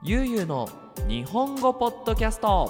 ゆうゆうの日本語ポッドキャスト。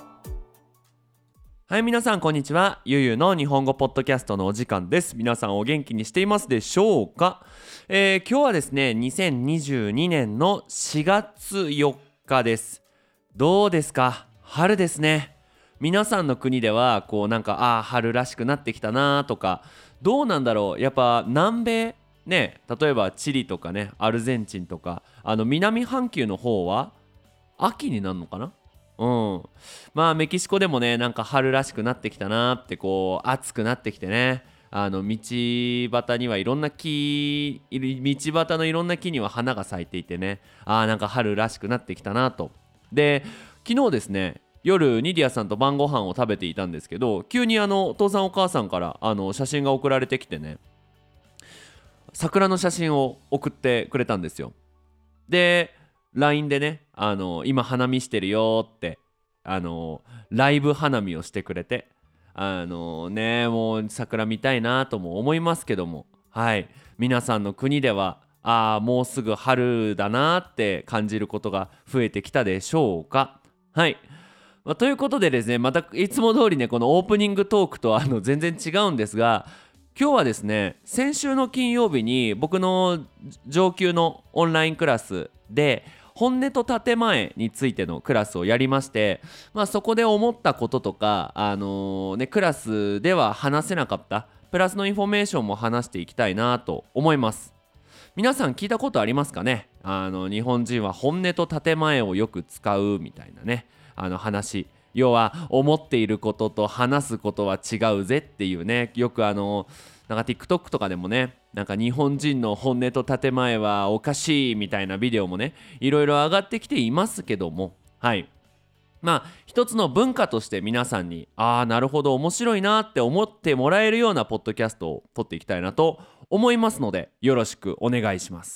はい、皆さんこんにちは。ゆうゆうの日本語ポッドキャストのお時間です。皆さんお元気にしていますでしょうか？今日はですね2022年の4月4日です。どうですか？春ですね。皆さんの国ではこうなんか春らしくなってきたなとか、どうなんだろう。やっぱ南米ね、例えばチリとかね、アルゼンチンとか南半球の方は秋になるのかな。まあメキシコでもね、なんか春らしくなってきたなって、こう暑くなってきてね、道端にはいろんな木、道端のいろんな木には花が咲いていてね、なんか春らしくなってきたなと。で、昨日ですね、夜ニディアさんと晩ご飯を食べていたんですけど、急にお父さんお母さんから写真が送られてきてね、桜の写真を送ってくれたんですよ。で LINE でね、今花見してるよって、ライブ花見をしてくれて、もう桜見たいなとも思いますけども、はい、皆さんの国ではもうすぐ春だなって感じることが増えてきたでしょうか？はい、ということでですね、またいつも通りね、このオープニングトークとは全然違うんですが、今日はですね、先週の金曜日に僕の上級のオンラインクラスで本音と建前についてのクラスをやりまして、そこで思ったこととか、クラスでは話せなかったプラスのインフォメーションも話していきたいなと思います。皆さん聞いたことありますかね？日本人は本音と建前をよく使うみたいなね、話、要は思っていることと話すことは違うぜっていうね、よくなんか TikTok とかでもね、なんか日本人の本音と建前はおかしいみたいなビデオもね、いろいろ上がってきていますけども、はい、一つの文化として皆さんになるほど面白いなって思ってもらえるようなポッドキャストを撮っていきたいなと思いますので、よろしくお願いします。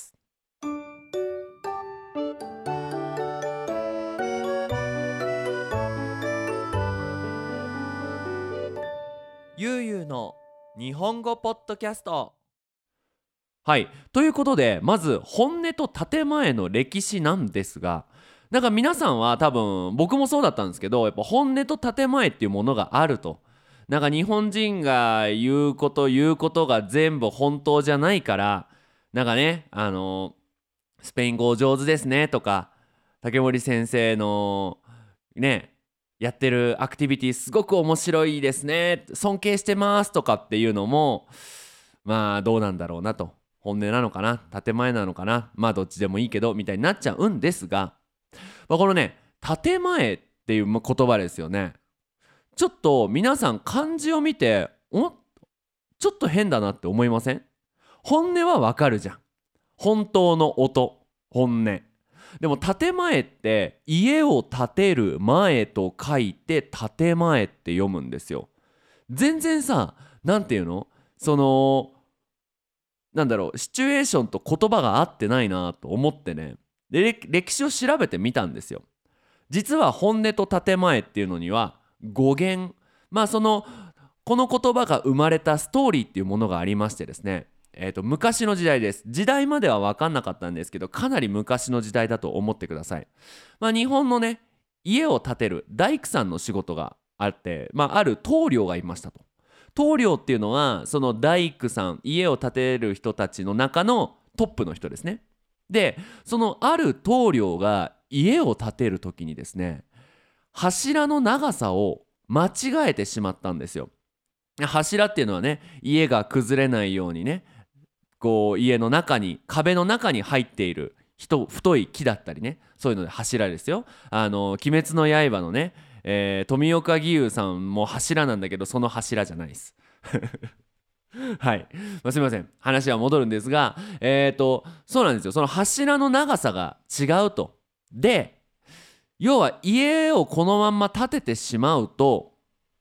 ゆうゆうの日本語ポッドキャスト。はい、ということで、まず本音と建前の歴史なんですが、なんか皆さんは多分僕もそうだったんですけど、やっぱ本音と建前っていうものがあると、なんか日本人が言うことが全部本当じゃないから、なんかね、スペイン語上手ですねとか、竹森先生のねやってるアクティビティすごく面白いですね、尊敬してますとかっていうのも、どうなんだろうなと。本音なのかな、建前なのかな、どっちでもいいけどみたいになっちゃうんですが、このね、建前っていう言葉ですよね。ちょっと皆さん漢字を見てちょっと変だなって思いません？本音はわかるじゃん。本当の音、本音。でも建前って家を建てる前と書いて建前って読むんですよ。全然さ、なんていうの、そのなんだろう、シチュエーションと言葉が合ってないなと思ってね、で歴史を調べてみたんですよ。実は本音と建前っていうのには語源、この言葉が生まれたストーリーっていうものがありましてですね、昔の時代です。時代までは分かんなかったんですけど、かなり昔の時代だと思ってください。日本のね、家を建てる大工さんの仕事があって、ある棟梁がいましたと。棟梁っていうのはその大工さん、家を建てる人たちの中のトップの人ですね。で、そのある棟梁が家を建てる時にですね、柱の長さを間違えてしまったんですよ。柱っていうのはね、家が崩れないようにね、こう家の中に、壁の中に入っている太い木だったりね、そういうので柱ですよ。鬼滅の刃のね、富岡義勇さんも柱なんだけど、その柱じゃないですはい、すみません、話は戻るんですが、そうなんですよ。その柱の長さが違うと。で、要は家をこのまんま建ててしまうと、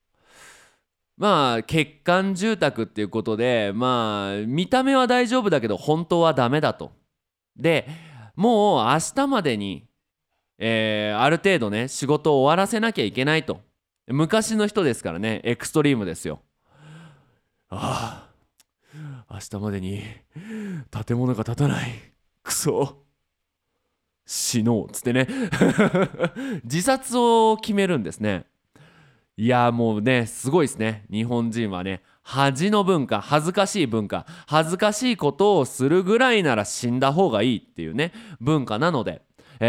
欠陥住宅っていうことで、見た目は大丈夫だけど本当はダメだと。で、もう明日までに、ある程度ね仕事を終わらせなきゃいけないと。昔の人ですからね、エクストリームですよ。明日までに建物が建たない、クソ、 死のうっつってね自殺を決めるんですね。いやもうねすごいですね。日本人はね恥の文化、恥ずかしい文化、恥ずかしいことをするぐらいなら死んだ方がいいっていうね文化なので、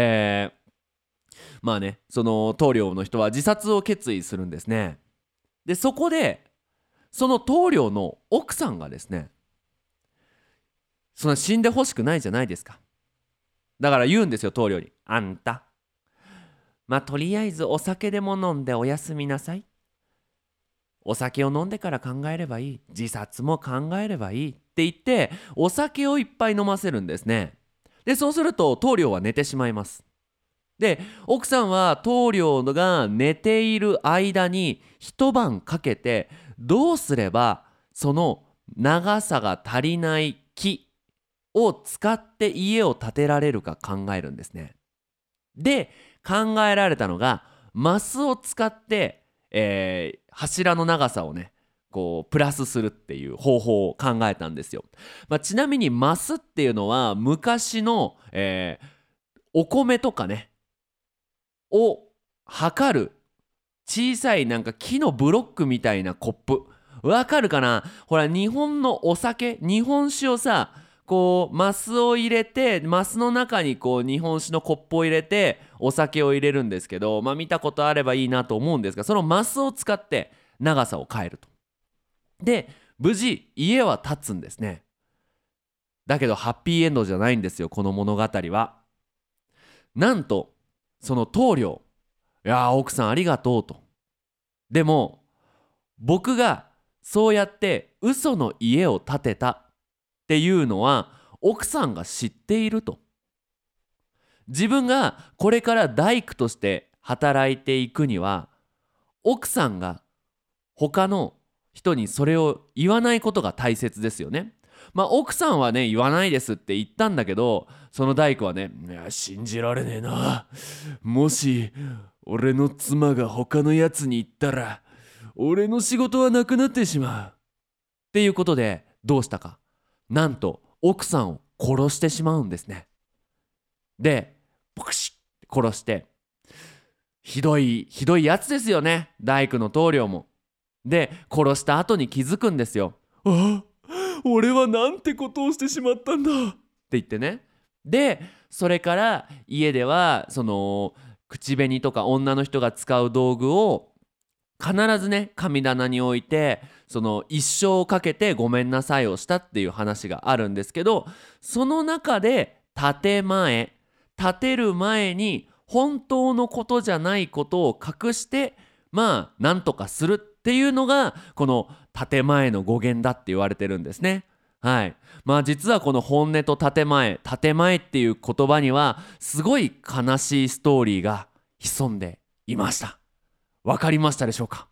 まあねその棟梁の人は自殺を決意するんですね。でそこでその棟梁の奥さんがですね、そんな死んでほしくないじゃないですか。だから言うんですよ棟梁に。あんた、まあとりあえずお酒でも飲んでおやすみなさい。お酒を飲んでから考えればいい。自殺も考えればいいって言ってお酒をいっぱい飲ませるんですね。でそうすると棟梁は寝てしまいます。で奥さんは棟梁が寝ている間に一晩かけてどうすればその長さが足りない木を使って家を建てられるか考えるんですね。で考えられたのがマスを使って、柱の長さをねこうプラスするっていう方法を考えたんですよ。ちなみにマスっていうのは昔の、お米とかねを測る小さいなんか木のブロックみたいなコップ、わかるかな。ほら日本のお酒、日本酒をさこうマスを入れてマスの中にこう日本酒のコップを入れてお酒を入れるんですけど、見たことあればいいなと思うんですが、そのマスを使って長さを変えると。で無事家は建つんですね。だけどハッピーエンドじゃないんですよこの物語は。なんとその棟梁、いや奥さんありがとうと。でも僕がそうやって嘘の家を建てたっていうのは奥さんが知っていると。自分がこれから大工として働いていくには奥さんが他の人にそれを言わないことが大切ですよね。奥さんはね言わないですって言ったんだけど、その大工はね、いや信じられねえな、もし俺の妻が他のやつに言ったら俺の仕事はなくなってしまうっていうことで、どうしたか、なんと奥さんを殺してしまうんですね。でボクシッ殺して、ひどいやつですよね大工の棟梁も。で殺した後に気づくんですよ。あ、俺はなんてことをしてしまったんだって言ってね。でそれから家ではその口紅とか女の人が使う道具を必ずね神棚に置いて、その一生をかけてごめんなさいをしたっていう話があるんですけど、その中で建てる前に本当のことじゃないことを隠してなんとかするっていうのがこの建前の語源だって言われてるんですね。はい。実はこの本音と建前っていう言葉にはすごい悲しいストーリーが潜んでいました。わかりましたでしょうか。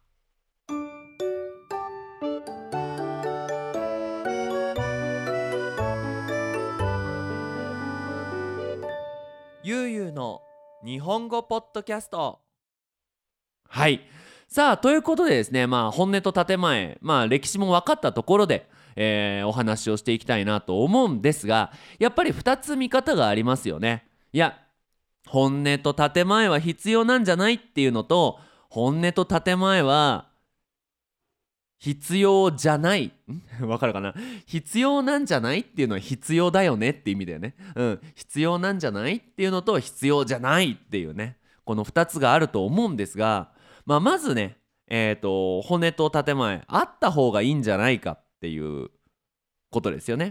ゆうゆうの日本語ポッドキャスト。はい。さあということでですね、本音と建前、歴史も分かったところで、お話をしていきたいなと思うんですが、やっぱり2つ見方がありますよね。いや本音と建前は必要なんじゃないっていうのと、本音と建前は必要じゃないわかるかな。必要なんじゃないっていうのは必要だよねって意味だよね。必要なんじゃないっていうのと必要じゃないっていうね、この2つがあると思うんですが、まずね骨と建前あった方がいいんじゃないかっていうことですよね。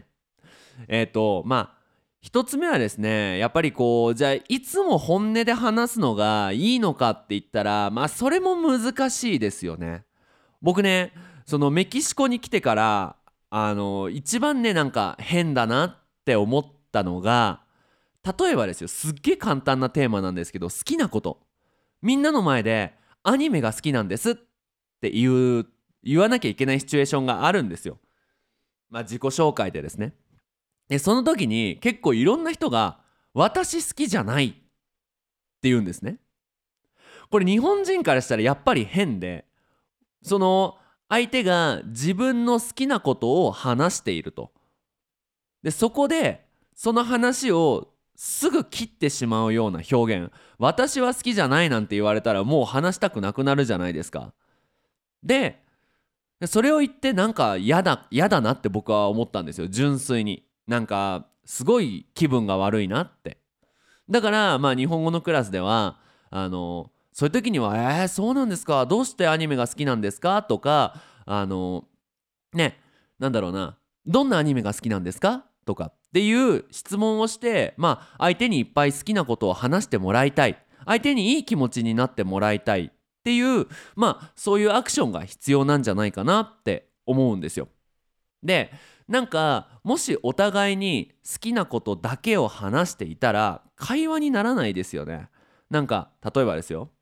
一つ目はですね、やっぱりじゃあいつも本音で話すのがいいのかって言ったらそれも難しいですよね。僕ねそのメキシコに来てから一番ねなんか変だなって思ったのが、例えばですよ、すっげえ簡単なテーマなんですけど、好きなこと、みんなの前でアニメが好きなんですって言わなきゃいけないシチュエーションがあるんですよ。自己紹介でですね。でその時に結構いろんな人が私好きじゃないって言うんですね。これ日本人からしたらやっぱり変で、その相手が自分の好きなことを話していると。でそこでその話をすぐ切ってしまうような表現、私は好きじゃないなんて言われたらもう話したくなくなるじゃないですか。でそれを言ってなんか嫌だなって僕は思ったんですよ、純粋に。なんかすごい気分が悪いなって。だからまあ日本語のクラスではそういう時にはそうなんですか、どうしてアニメが好きなんですかとかね、なんだろうな、どんなアニメが好きなんですかとかっていう質問をして、まあ相手にいっぱい好きなことを話してもらいたい、相手にいい気持ちになってもらいたいっていう、まあそういうアクションが必要なんじゃないかなって思うんですよ。でなんかもしお互いに好きなことだけを話していたら会話にならないですよね。なんか例えばですよ、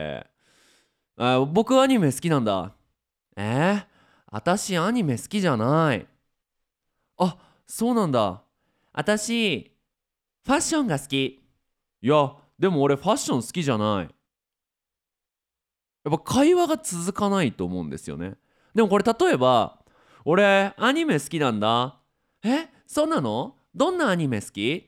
僕アニメ好きなんだ。私アニメ好きじゃない。あ、そうなんだ。私ファッションが好き。いやでも俺ファッション好きじゃない。やっぱ会話が続かないと思うんですよね。でもこれ例えば俺アニメ好きなんだ。そうなの？どんなアニメ好き？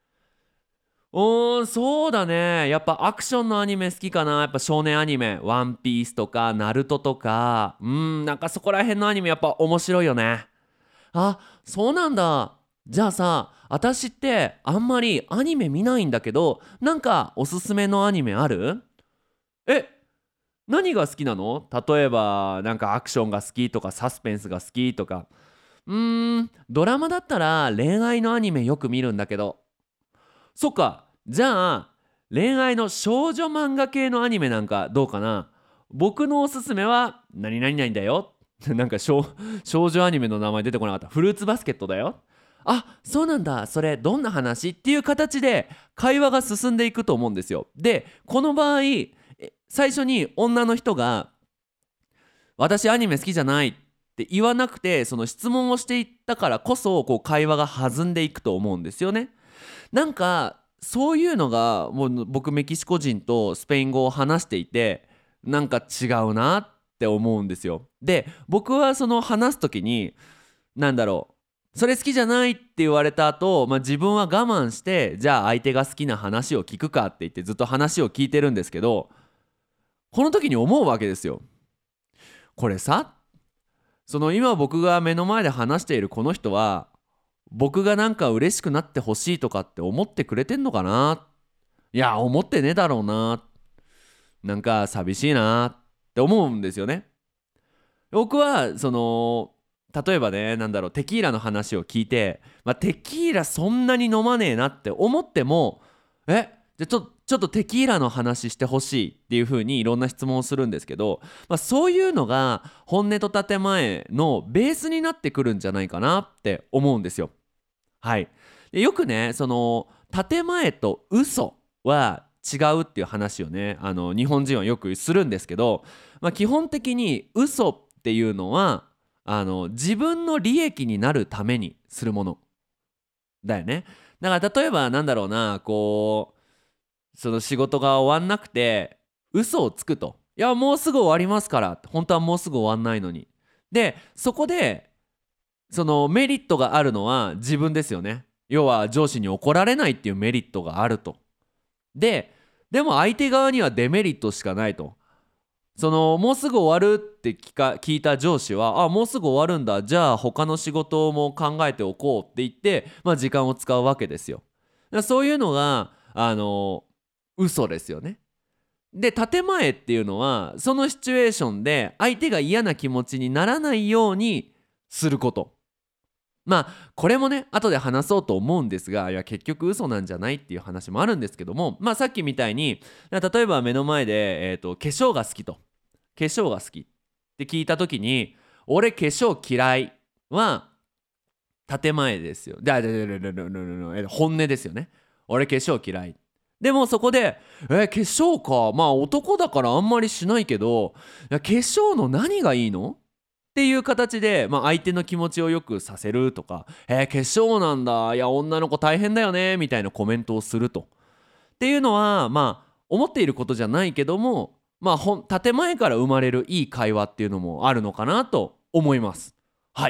そうだね。やっぱアクションのアニメ好きかな。やっぱ少年アニメ、ワンピースとかナルトとか、なんかそこら辺のアニメやっぱ面白いよね。あ、そうなんだ。じゃあさ、私ってあんまりアニメ見ないんだけど、なんかおすすめのアニメある？え、何が好きなの？例えばなんかアクションが好きとかサスペンスが好きとか。ドラマだったら恋愛のアニメよく見るんだけど。そっか、じゃあ恋愛の少女漫画系のアニメなんかどうかな。僕のおすすめは何々々だよ。なんか少女アニメの名前出てこなかった。フルーツバスケットだよ。あ、そうなんだ、それどんな話っていう形で会話が進んでいくと思うんですよ。でこの場合最初に女の人が私アニメ好きじゃないって言わなくて、その質問をしていったからこそこう会話が弾んでいくと思うんですよね。なんかそういうのがもう僕メキシコ人とスペイン語を話していてなんか違うなって思うんですよ。で僕はその話す時になんだろそれ好きじゃないって言われた後、自分は我慢してじゃあ相手が好きな話を聞くかって言ってずっと話を聞いてるんですけど、この時に思うわけですよ。これさ、その今僕が目の前で話しているこの人は僕がなんか嬉しくなってほしいとかって思ってくれてんのかな。いや思ってねえだろうな。なんか寂しいなって思うんですよね。僕はその例えばね、テキーラの話を聞いて、テキーラそんなに飲まねえなって思ってもじゃあちょっとテキーラの話してほしいっていう風にいろんな質問をするんですけど、そういうのが本音と建前のベースになってくるんじゃないかなって思うんですよ。はい。でよくねその建前と嘘は違うっていう話をね日本人はよくするんですけど、基本的に嘘っていうのは自分の利益になるためにするものだよね。だから例えばこうその仕事が終わんなくて嘘をつくと、いやもうすぐ終わりますからって、本当はもうすぐ終わんないのに。でそこでそのメリットがあるのは自分ですよね。要は上司に怒られないっていうメリットがあると。でも相手側にはデメリットしかないと。そのもうすぐ終わるって聞いた上司はもうすぐ終わるんだ、じゃあ他の仕事も考えておこうって言って、時間を使うわけですよ。だからそういうのが嘘ですよね。で建前っていうのはそのシチュエーションで相手が嫌な気持ちにならないようにすること。これもね後で話そうと思うんですが、いや結局嘘なんじゃないっていう話もあるんですけども、さっきみたいに例えば目の前で、化粧が好きと、化粧が好きって聞いた時に俺化粧嫌いは建前ですよ。本音ですよね。俺化粧嫌い。でもそこで化粧か、男だからあんまりしないけど、いや化粧の何がいいのっていう形で、相手の気持ちをよくさせるとか、化粧なんだ、いや女の子大変だよねみたいなコメントをするとっていうのは思っていることじゃないけども、建前から生まれるいい会話っていうのもあるのかなと思います。はい。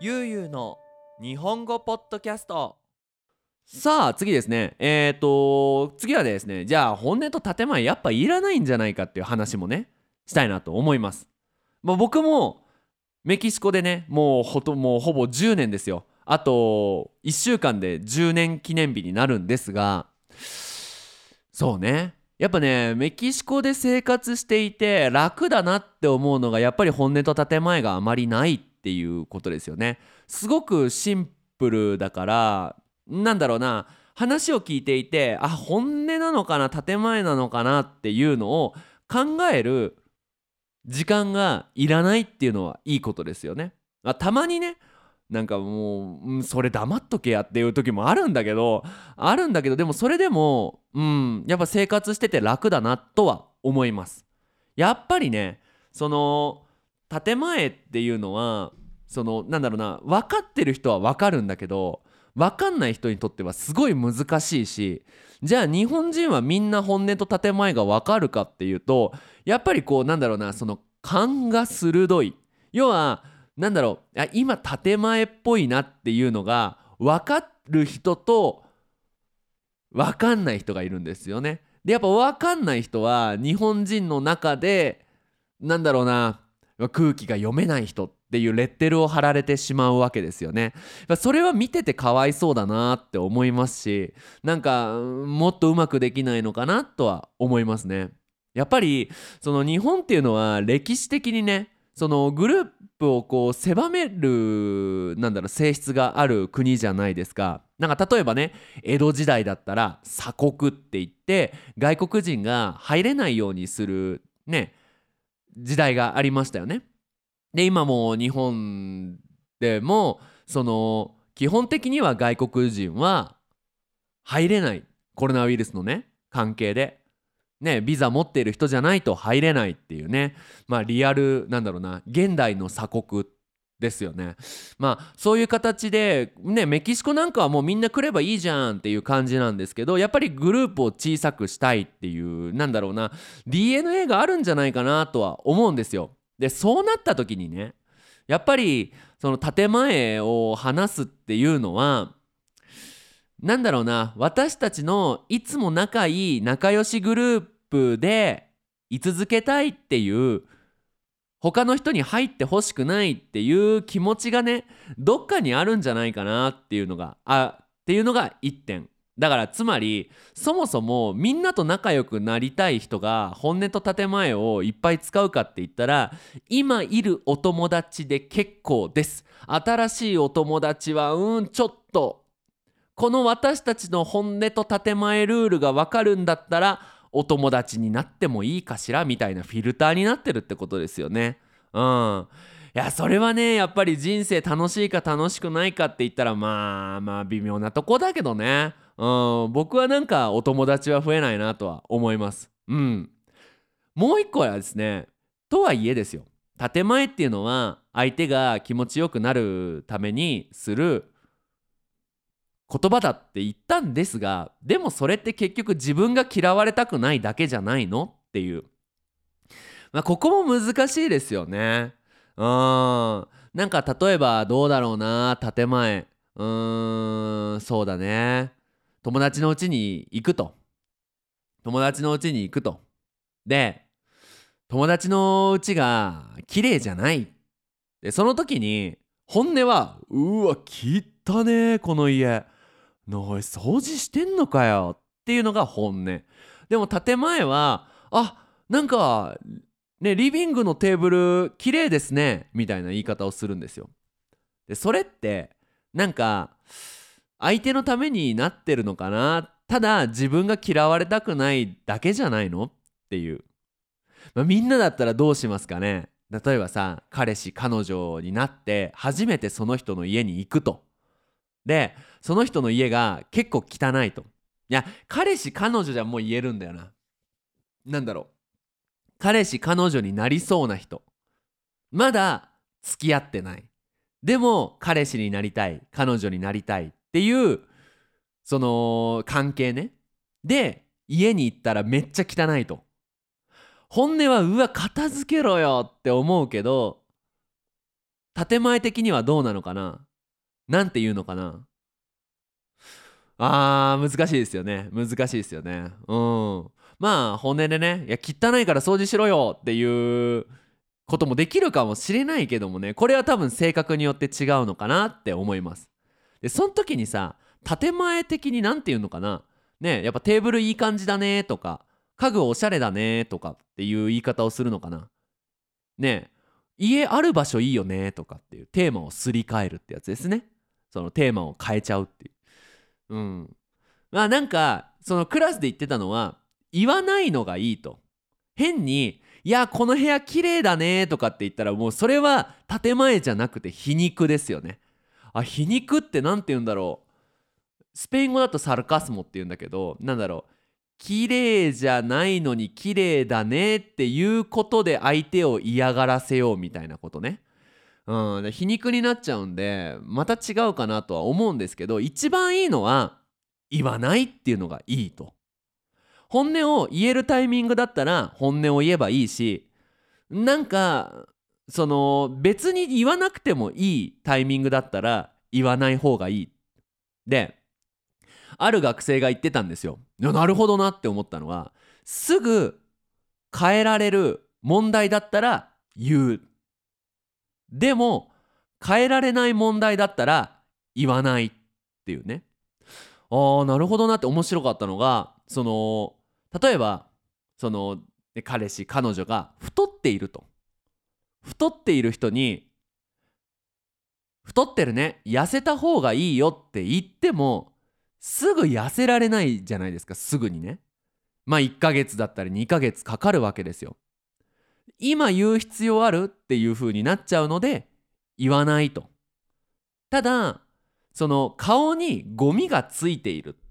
ゆうゆうの日本語ポッドキャスト。さあ次ですね。次はですね、じゃあ本音と建前やっぱいらないんじゃないかっていう話もねしたいなと思います。僕もメキシコでねもうほぼ10年ですよ。あと1週間で10年記念日になるんですが、そうね、やっぱねメキシコで生活していて楽だなって思うのがやっぱり本音と建前があまりないっていうことですよね。すごくシンプルだから、なんだろうな、話を聞いていて本音なのかな建前なのかなっていうのを考える時間がいらないっていうのはいいことですよね。たまにね、なんかもう、それ黙っとけやっていう時もあるんだけどでもそれでもやっぱ生活してて楽だなとは思います。やっぱりね、その建前っていうのはなんだろうな、分かってる人は分かるんだけど分かんない人にとってはすごい難しいし、じゃあ日本人はみんな本音と建前が分かるかっていうと、やっぱりこうなんだろうな、その勘が鋭い、要はなんだろう、今建前っぽいなっていうのが分かる人と分かんない人がいるんですよね。でやっぱ分かんない人は日本人の中でなんだろうな、空気が読めない人っていうレッテルを貼られてしまうわけですよね。それは見ててかわいそうだなって思いますし、なんかもっとうまくできないのかなとは思いますね。やっぱりその日本っていうのは歴史的にね、そのグループをこう狭めるなんだろう性質がある国じゃないですか。なんか例えばね、江戸時代だったら鎖国って言って外国人が入れないようにするね時代がありましたよね。で今も日本でも基本的には外国人は入れない、コロナウイルスのね関係でね、ビザ持っている人じゃないと入れないっていうね、リアルなんだろうな、現代の鎖国ですよね。そういう形でね、メキシコなんかはもうみんな来ればいいじゃんっていう感じなんですけど、やっぱりグループを小さくしたいっていうなんだろうな DNA があるんじゃないかなとは思うんですよ。でそうなった時にね、やっぱりその建前を話すっていうのはなんだろうな、私たちのいつも仲いい仲良しグループで居続けたいっていう、他の人に入ってほしくないっていう気持ちがねどっかにあるんじゃないかなっていうのが一点だから、つまりそもそもみんなと仲良くなりたい人が本音と建前をいっぱい使うかって言ったら、今いるお友達で結構です。新しいお友達はちょっとこの私たちの本音と建前ルールが分かるんだったらお友達になってもいいかしらみたいなフィルターになってるってことですよね。いやそれはね、やっぱり人生楽しいか楽しくないかって言ったら微妙なとこだけどね。僕はなんかお友達は増えないなとは思います。もう一個はですね、とはいえですよ、建前っていうのは相手が気持ちよくなるためにする言葉だって言ったんですが、でもそれって結局自分が嫌われたくないだけじゃないのっていう、ここも難しいですよね。なんか例えばどうだろうな、建前そうだね、友達の家に行くと友達の家に行くとで友達の家が綺麗じゃないで、その時に本音はうわ汚ねえこの家おい掃除してんのかよっていうのが本音。でも建前はなんかね、リビングのテーブル綺麗ですねみたいな言い方をするんですよ。でそれってなんか相手のためになってるのかな、ただ自分が嫌われたくないだけじゃないのっていう、みんなだったらどうしますかね。例えばさ、彼氏彼女になって初めてその人の家に行くと。でその人の家が結構汚いと。いや彼氏彼女じゃもう言えるんだよな。なんだろう、彼氏彼女になりそうな人、まだ付き合ってない、でも彼氏になりたい彼女になりたいっていうその関係ね。で家に行ったらめっちゃ汚いと。本音はうわ片付けろよって思うけど、 建前的にはどうなのかな。なんて言うのかな。難しいですよね。難しいですよね。まあ本音でね、いや汚いから掃除しろよっていうこともできるかもしれないけどもね、これは多分性格によって違うのかなって思います。でその時にさ、建前的になんて言うのかな。ね、やっぱテーブルいい感じだねとか、家具おしゃれだねとかっていう言い方をするのかな。ね、家ある場所いいよねとかっていうテーマをすり替えるってやつですね。そのテーマを変えちゃうっていう。まあなんかそのクラスで言ってたのは、言わないのがいいと。変に「いやこの部屋綺麗だね」とかって言ったら、もうそれは建前じゃなくて皮肉ですよね。皮肉ってなんて言うんだろう。スペイン語だとサルカスモって言うんだけど、なんだろう、綺麗じゃないのに綺麗だねっていうことで相手を嫌がらせようみたいなことね。で皮肉になっちゃうんで、また違うかなとは思うんですけど、一番いいのは言わないっていうのがいいと。本音を言えるタイミングだったら本音を言えばいいし、なんかその別に言わなくてもいいタイミングだったら言わない方がいい。で、ある学生が言ってたんですよ。いやなるほどなって思ったのは、すぐ変えられる問題だったら言う。でも変えられない問題だったら言わないっていうね。なるほどなって面白かったのが、その例えばその彼氏彼女が太っていると。太っている人に太ってるね、痩せた方がいいよって言ってもすぐ痩せられないじゃないですか。すぐにね。まあ1ヶ月だったり2ヶ月かかるわけですよ。今言う必要あるっていう風になっちゃうので言わないと。ただその顔にゴミがついている。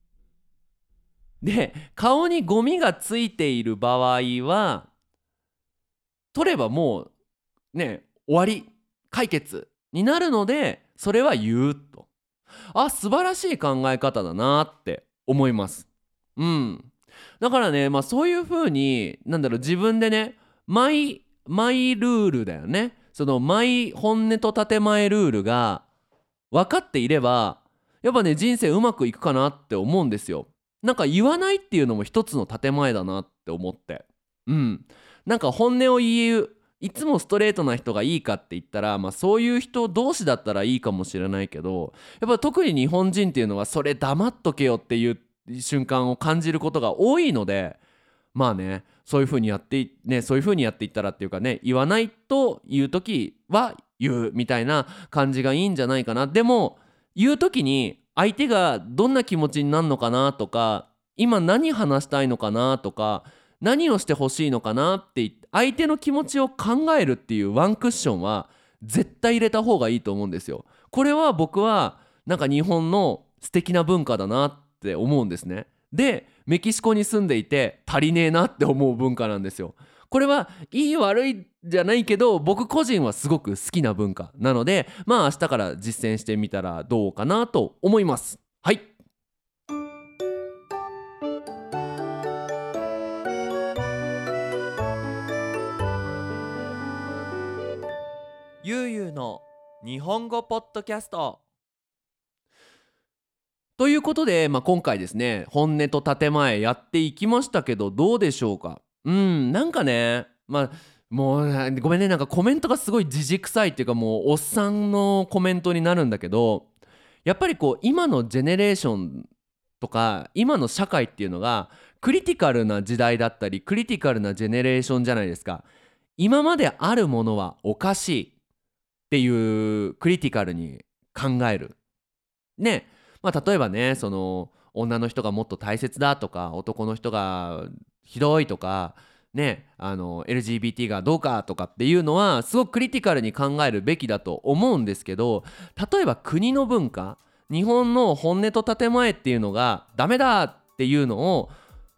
で顔にゴミがついている場合は取ればもうね、終わり、解決になるので、それは言うと。素晴らしい考え方だなって思います。だからね、まあそういう風に自分でね、マイルールだよね。そのマイ本音と建前ルールが分かっていれば、やっぱね人生うまくいくかなって思うんですよ。なんか言わないっていうのも一つの建前だなって思って。なんか本音を言う、いつもストレートな人がいいかって言ったら、まあそういう人同士だったらいいかもしれないけど、やっぱ特に日本人っていうのはそれ黙っとけよっていう瞬間を感じることが多いので、まあね、そういう風にやっていったらっていうかね、言わないという時は言うみたいな感じがいいんじゃないかな。でも言う時に相手がどんな気持ちになるのかなとか、今何話したいのかなとか、何をしてほしいのかなって相手の気持ちを考えるっていうワンクッションは絶対入れた方がいいと思うんですよ。これは僕はなんか日本の素敵な文化だなって思うんですね。でメキシコに住んでいて足りねえなって思う文化なんですよ。これはいい悪いじゃないけど、僕個人はすごく好きな文化なので、まあ明日から実践してみたらどうかなと思います。はい。ゆうゆうの日本語ポッドキャストということで、今回ですね、本音と建前やっていきましたけど、どうでしょうか。なんかね、もうごめんね、なんかコメントがすごいじじくさいっていうか、もうおっさんのコメントになるんだけど、やっぱりこう今のジェネレーションとか今の社会っていうのがクリティカルな時代だったり、クリティカルなジェネレーションじゃないですか。今まであるものはおかしいっていうクリティカルに考えるね。例えばね、その女の人がもっと大切だとか、男の人がひどいとかね、LGBT がどうかとかっていうのはすごくクリティカルに考えるべきだと思うんですけど、例えば国の文化、日本の本音と建前っていうのがダメだっていうのを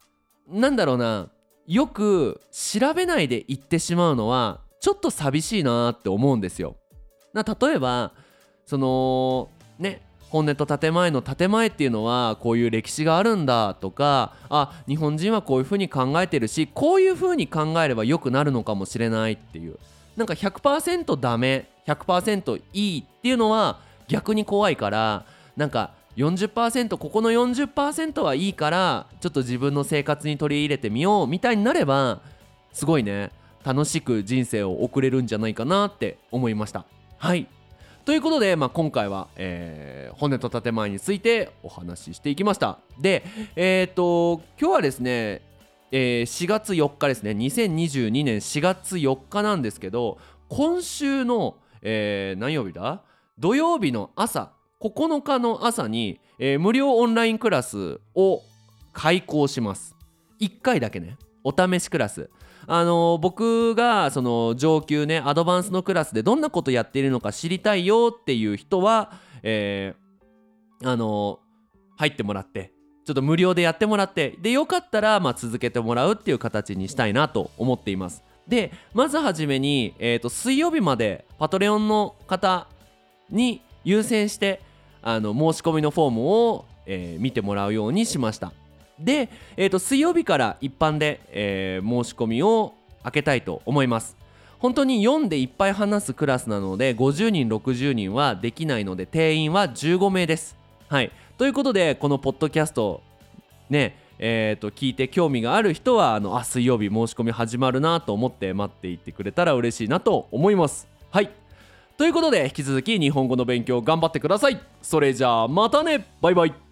よく調べないで言ってしまうのはちょっと寂しいなって思うんですよ。例えばそのね、本音と建前の建前っていうのはこういう歴史があるんだとか、日本人はこういうふうに考えてるし、こういうふうに考えれば良くなるのかもしれないっていう、 なんか 100% ダメ 100% いいっていうのは逆に怖いから、なんか 40% ここの 40% はいいからちょっと自分の生活に取り入れてみようみたいになれば、すごいね楽しく人生を送れるんじゃないかなって思いました。はい、ということで、今回は、本音と建前についてお話ししていきました。で、今日はですね、4月4日ですね、2022年4月4日なんですけど、今週の、何曜日だ、土曜日の朝、9日の朝に、無料オンラインクラスを開講します。1回だけね、お試しクラス。僕がその上級ねアドバンスのクラスでどんなことやっているのか知りたいよっていう人は、入ってもらって、ちょっと無料でやってもらって、でよかったら続けてもらうっていう形にしたいなと思っています。でまずはじめに、水曜日までパトレオンの方に優先して申し込みのフォームを、見てもらうようにしました。で、水曜日から一般で、申し込みを開けたいと思います。本当に読んでいっぱい話すクラスなので50人60人はできないので、定員は15名です。はい、ということでこのポッドキャストね聞いて興味がある人は水曜日申し込み始まるなと思って待っていてくれたら嬉しいなと思います。はい、ということで引き続き日本語の勉強頑張ってください。それじゃあまたね、バイバイ。